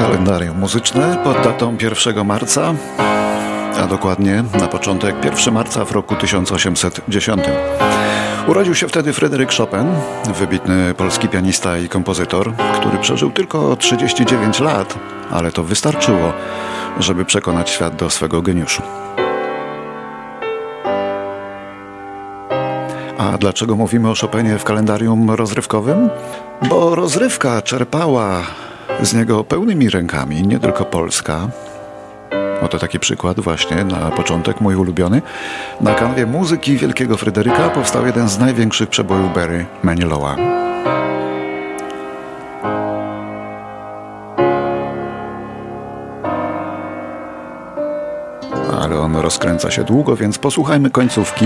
Kalendarium muzyczne pod datą 1 marca, a dokładnie na początek 1 marca w roku 1810. Urodził się wtedy Fryderyk Chopin, wybitny polski pianista i kompozytor, który przeżył tylko 39 lat, ale to wystarczyło, żeby przekonać świat do swego geniuszu. A dlaczego mówimy o Chopinie w kalendarium rozrywkowym? Bo rozrywka czerpała z niego pełnymi rękami, nie tylko Polska. Oto taki przykład właśnie na początek, mój ulubiony. Na kanwie muzyki wielkiego Fryderyka powstał jeden z największych przebojów Barry Manilow'a. Ale on rozkręca się długo, więc posłuchajmy końcówki.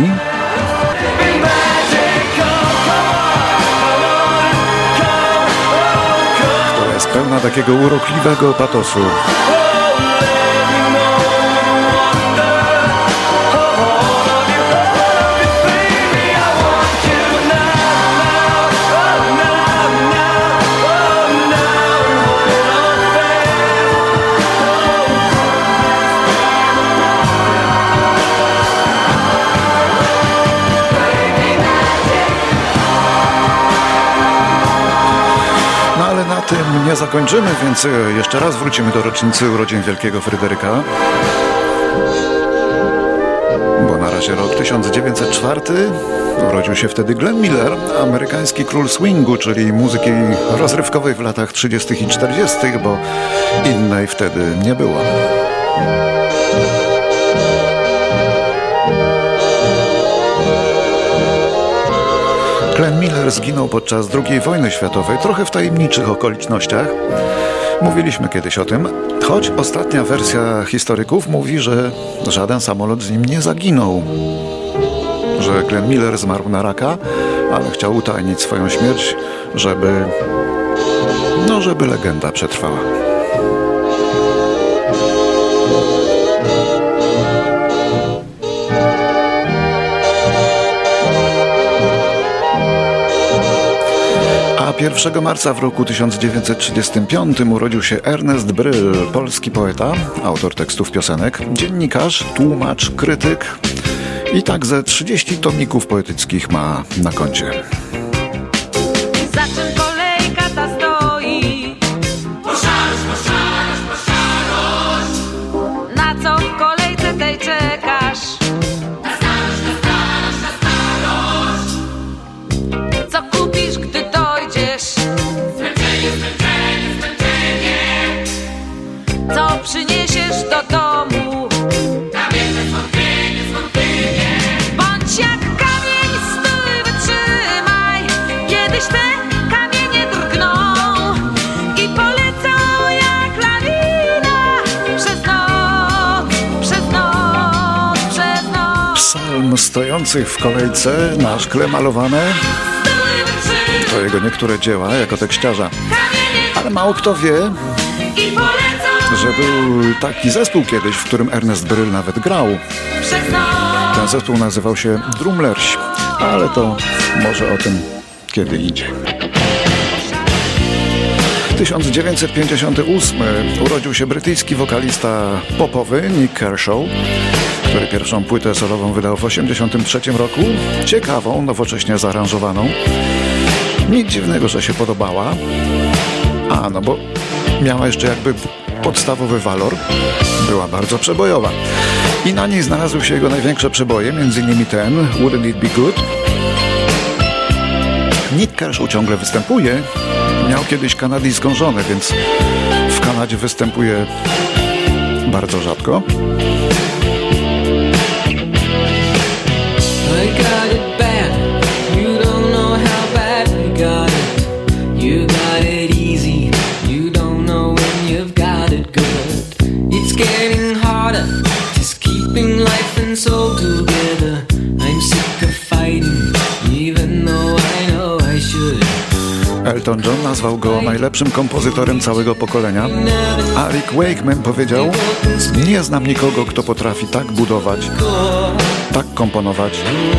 Która jest pełna takiego urokliwego patosu. Tym nie zakończymy, więc jeszcze raz wrócimy do rocznicy urodzin wielkiego Fryderyka. Bo na razie rok 1904. Urodził się wtedy Glenn Miller, amerykański król swingu, czyli muzyki rozrywkowej w latach 30. i 40., bo innej wtedy nie było. Glenn Miller zginął podczas II wojny światowej, trochę w tajemniczych okolicznościach. Mówiliśmy kiedyś o tym, choć ostatnia wersja historyków mówi, że żaden samolot z nim nie zaginął. Że Glenn Miller zmarł na raka, ale chciał utajnić swoją śmierć, żeby legenda przetrwała. A 1 marca w roku 1935 urodził się Ernest Bryl, polski poeta, autor tekstów piosenek, dziennikarz, tłumacz, krytyk i tak ze 30 tomików poetyckich ma na koncie. Za czym kolejka ta stoi? Poszarość. Na co w kolejce tej czekasz? Na starość. Co kupisz, gdy dojdziesz? Zmęczenie. Co przyniesiesz do domu? Kamienne zwątpienie. Bądź jak kamień, stój, wytrzymaj. Kiedyś te kamienie drgną i polecą jak lawina przez noc. Psalm stojących w kolejce na szkle malowane. To jego niektóre dzieła jako tekściarza. Ale mało kto wie, że był taki zespół kiedyś, w którym Ernest Bryl nawet grał. Ten zespół nazywał się Drumlersi, ale to może o tym kiedy indziej. 1958 urodził się brytyjski wokalista popowy Nick Kershaw, który pierwszą płytę solową wydał w 1983 roku. Ciekawą, nowocześnie zaaranżowaną. Nic dziwnego, że się podobała. No bo miała jeszcze jakby podstawowy walor. Była bardzo przebojowa. I na niej znalazły się jego największe przeboje, m.in. ten Wouldn't It Be Good. Nick Kershaw ciągle występuje. Miał kiedyś kanadyjską żonę, więc w Kanadzie występuje bardzo rzadko. Elton John nazwał go najlepszym kompozytorem całego pokolenia, a Rick Wakeman powiedział: nie znam nikogo, kto potrafi tak budować, tak komponować,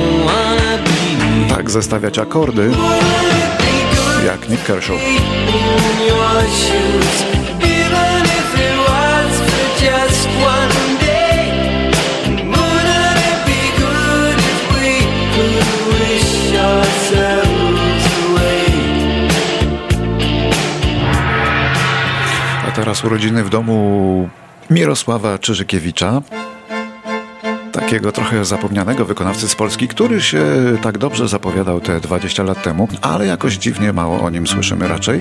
tak zestawiać akordy jak Nick Kershaw. czas urodziny w domu Mirosława Czyżykiewicza, takiego trochę zapomnianego wykonawcy z Polski, który się tak dobrze zapowiadał te 20 lat temu, ale jakoś dziwnie mało o nim słyszymy raczej.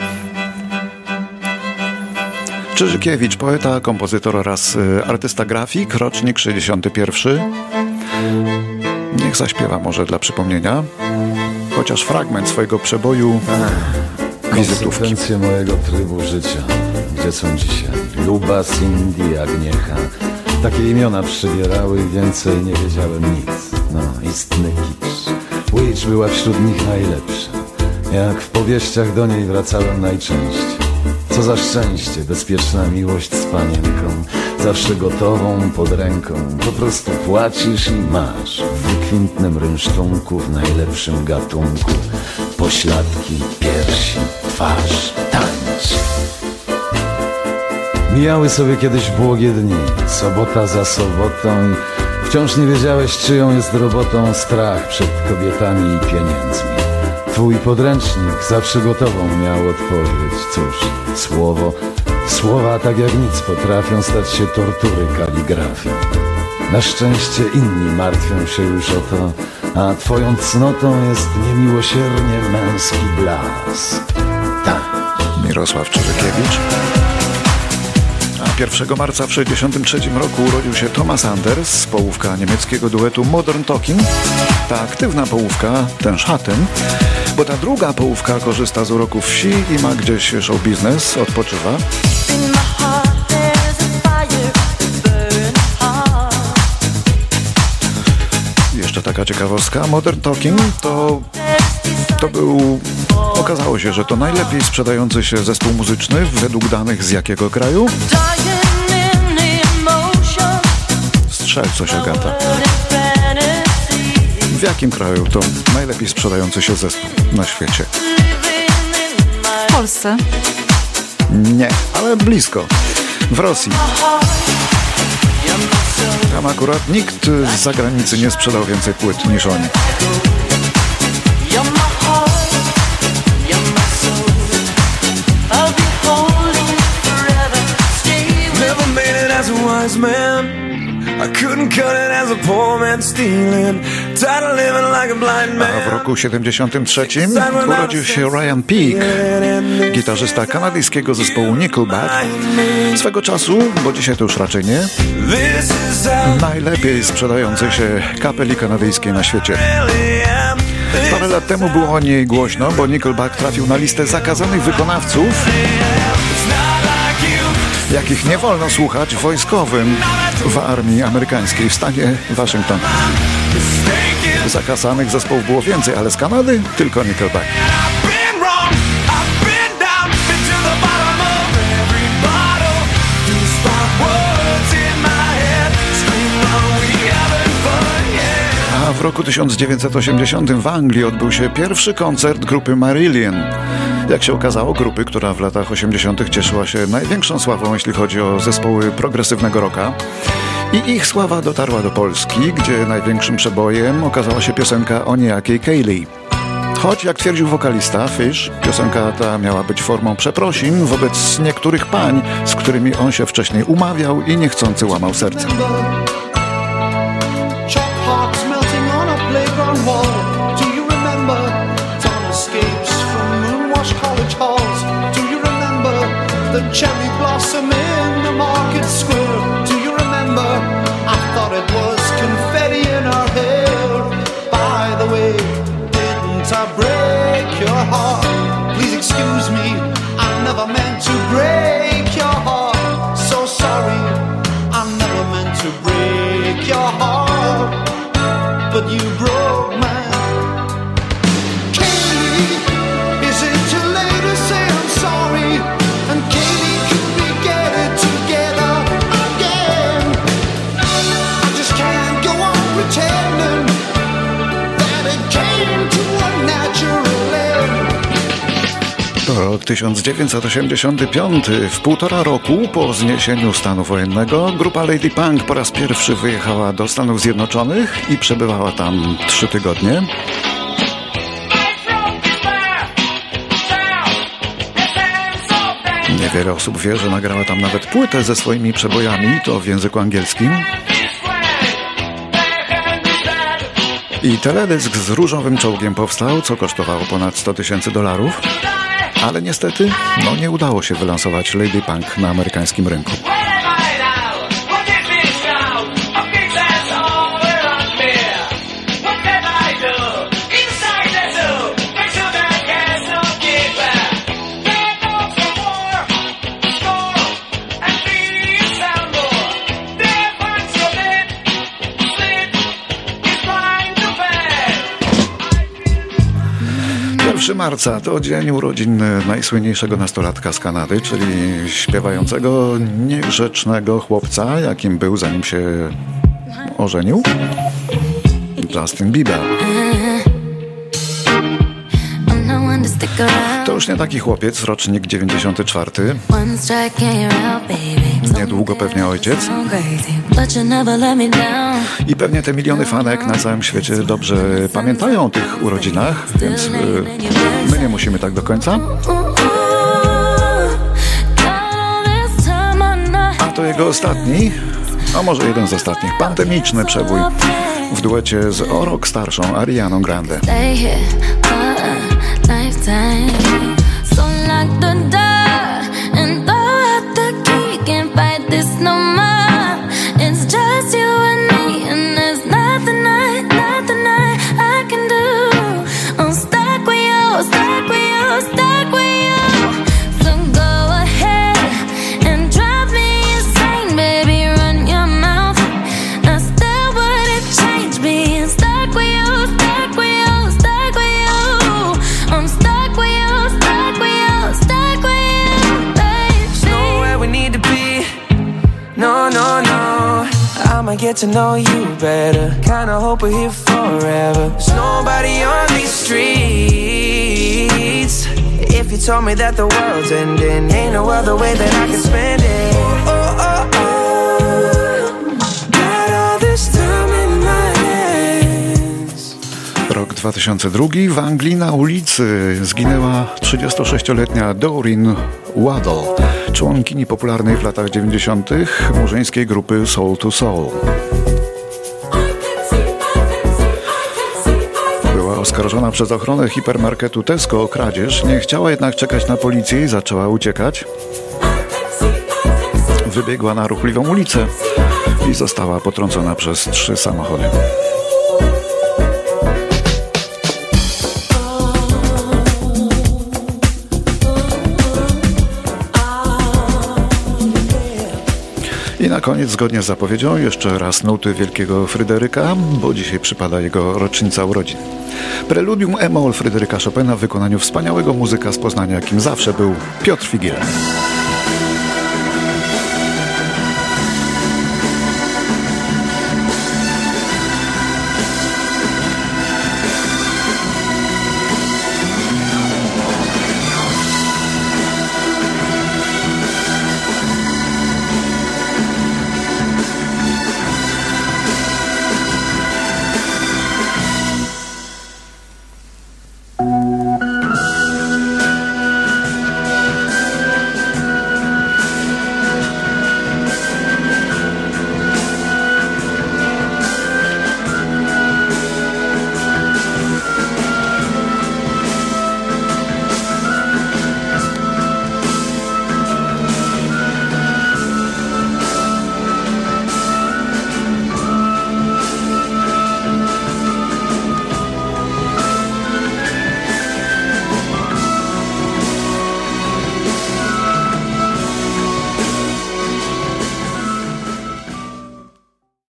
Czyżykiewicz, poeta, kompozytor oraz artysta grafik, rocznik 61. Niech zaśpiewa może dla przypomnienia chociaż fragment swojego przeboju Wizytówki. Konsekwencje mojego trybu życia. Gdzie są dzisiaj? Luba, Cindy, Agniecha. Takie imiona przybierały i więcej nie wiedziałem nic. No, istny kicz. Witch była wśród nich najlepsza. Jak w powieściach do niej wracałem najczęściej. Co za szczęście, bezpieczna miłość z panienką, zawsze gotową pod ręką. Po prostu płacisz i masz w wykwintnym rynsztunku, w najlepszym gatunku. Pośladki, piersi, twarz, tańcz. Mijały sobie kiedyś błogie dni, sobota za sobotą i wciąż nie wiedziałeś, czyją jest robotą strach przed kobietami i pieniędzmi. Twój podręcznik zawsze gotową miał odpowiedź. Cóż, słowa tak jak nic potrafią stać się tortury kaligrafią. Na szczęście inni martwią się już o to, a twoją cnotą jest niemiłosiernie męski blask. Tak. Mirosław Czyżykiewicz. A 1 marca w 1963 roku urodził się Thomas Anders, połówka niemieckiego duetu Modern Talking. Ta aktywna połówka, ten Schatten, bo ta druga połówka korzysta z uroku wsi i ma gdzieś show biznes, odpoczywa. Jeszcze taka ciekawostka, Modern Talking to był... Okazało się, że to najlepiej sprzedający się zespół muzyczny według danych z jakiego kraju? Strzel coś, Agata. W jakim kraju to najlepiej sprzedający się zespół na świecie? W Polsce. Nie, ale blisko. W Rosji. Tam akurat nikt z zagranicy nie sprzedał więcej płyt niż oni. A w roku 73 urodził się Ryan Peake, gitarzysta kanadyjskiego zespołu Nickelback. Swego czasu, bo dzisiaj to już raczej nie, najlepiej sprzedającej się kapeli kanadyjskiej na świecie. Parę lat temu było o niej głośno, bo Nickelback trafił na listę zakazanych wykonawców, jakich nie wolno słuchać wojskowym w armii amerykańskiej w stanie Waszyngton. Zakazanych zespołów było więcej, ale z Kanady tylko Nickelback. A w roku 1980 w Anglii odbył się pierwszy koncert grupy Marillion. Jak się okazało, grupy, która w latach 80. cieszyła się największą sławą, jeśli chodzi o zespoły progresywnego rocka. I ich sława dotarła do Polski, gdzie największym przebojem okazała się piosenka o niejakiej Kaylee. Choć, jak twierdził wokalista Fish, piosenka ta miała być formą przeprosin wobec niektórych pań, z którymi on się wcześniej umawiał i niechcący łamał serce. The cherry blossom in the market square. Do you remember? I thought it was confetti in her hair. By the way, didn't I break your heart? Please excuse me, I never meant to break your heart. So sorry, I never meant to break your heart. But you broke mine. To rok 1985. W 1,5 roku po zniesieniu stanu wojennego grupa Lady Punk po raz pierwszy wyjechała do Stanów Zjednoczonych i przebywała tam 3 tygodnie. Niewiele osób wie, że nagrała tam nawet płytę ze swoimi przebojami, to w języku angielskim. I teledysk z różowym czołgiem powstał, co kosztowało ponad $100,000. Ale niestety, nie udało się wylansować Lady Punk na amerykańskim rynku. Marca to dzień urodzin najsłynniejszego nastolatka z Kanady, czyli śpiewającego niegrzecznego chłopca, jakim był zanim się ożenił, Justin Bieber. To już nie taki chłopiec, rocznik 94. Niedługo pewnie ojciec. I pewnie te miliony fanek na całym świecie dobrze pamiętają o tych urodzinach, więc my nie musimy tak do końca. A to jego ostatni, a może jeden z ostatnich, pandemiczny przebój w duecie z o rok starszą Arianą Grande. Get to know you better. Kinda hope we're here forever. There's nobody on these streets. If you told me that the world's ending, ain't no other way that I can spend it. Oh, oh, oh, oh. Got all this time in my hands. Rok 2002. W Anglii na ulicy zginęła 36-letnia Doreen Waddell, członkini popularnej w latach 90. murzyńskiej grupy Soul to Soul. Była oskarżona przez ochronę hipermarketu Tesco o kradzież, nie chciała jednak czekać na policję i zaczęła uciekać. Wybiegła na ruchliwą ulicę i została potrącona przez 3 samochody. I na koniec, zgodnie z zapowiedzią, jeszcze raz nuty wielkiego Fryderyka, bo dzisiaj przypada jego rocznica urodzin. Preludium E-moll Fryderyka Chopina w wykonaniu wspaniałego muzyka z Poznania, jakim zawsze był Piotr Figiel.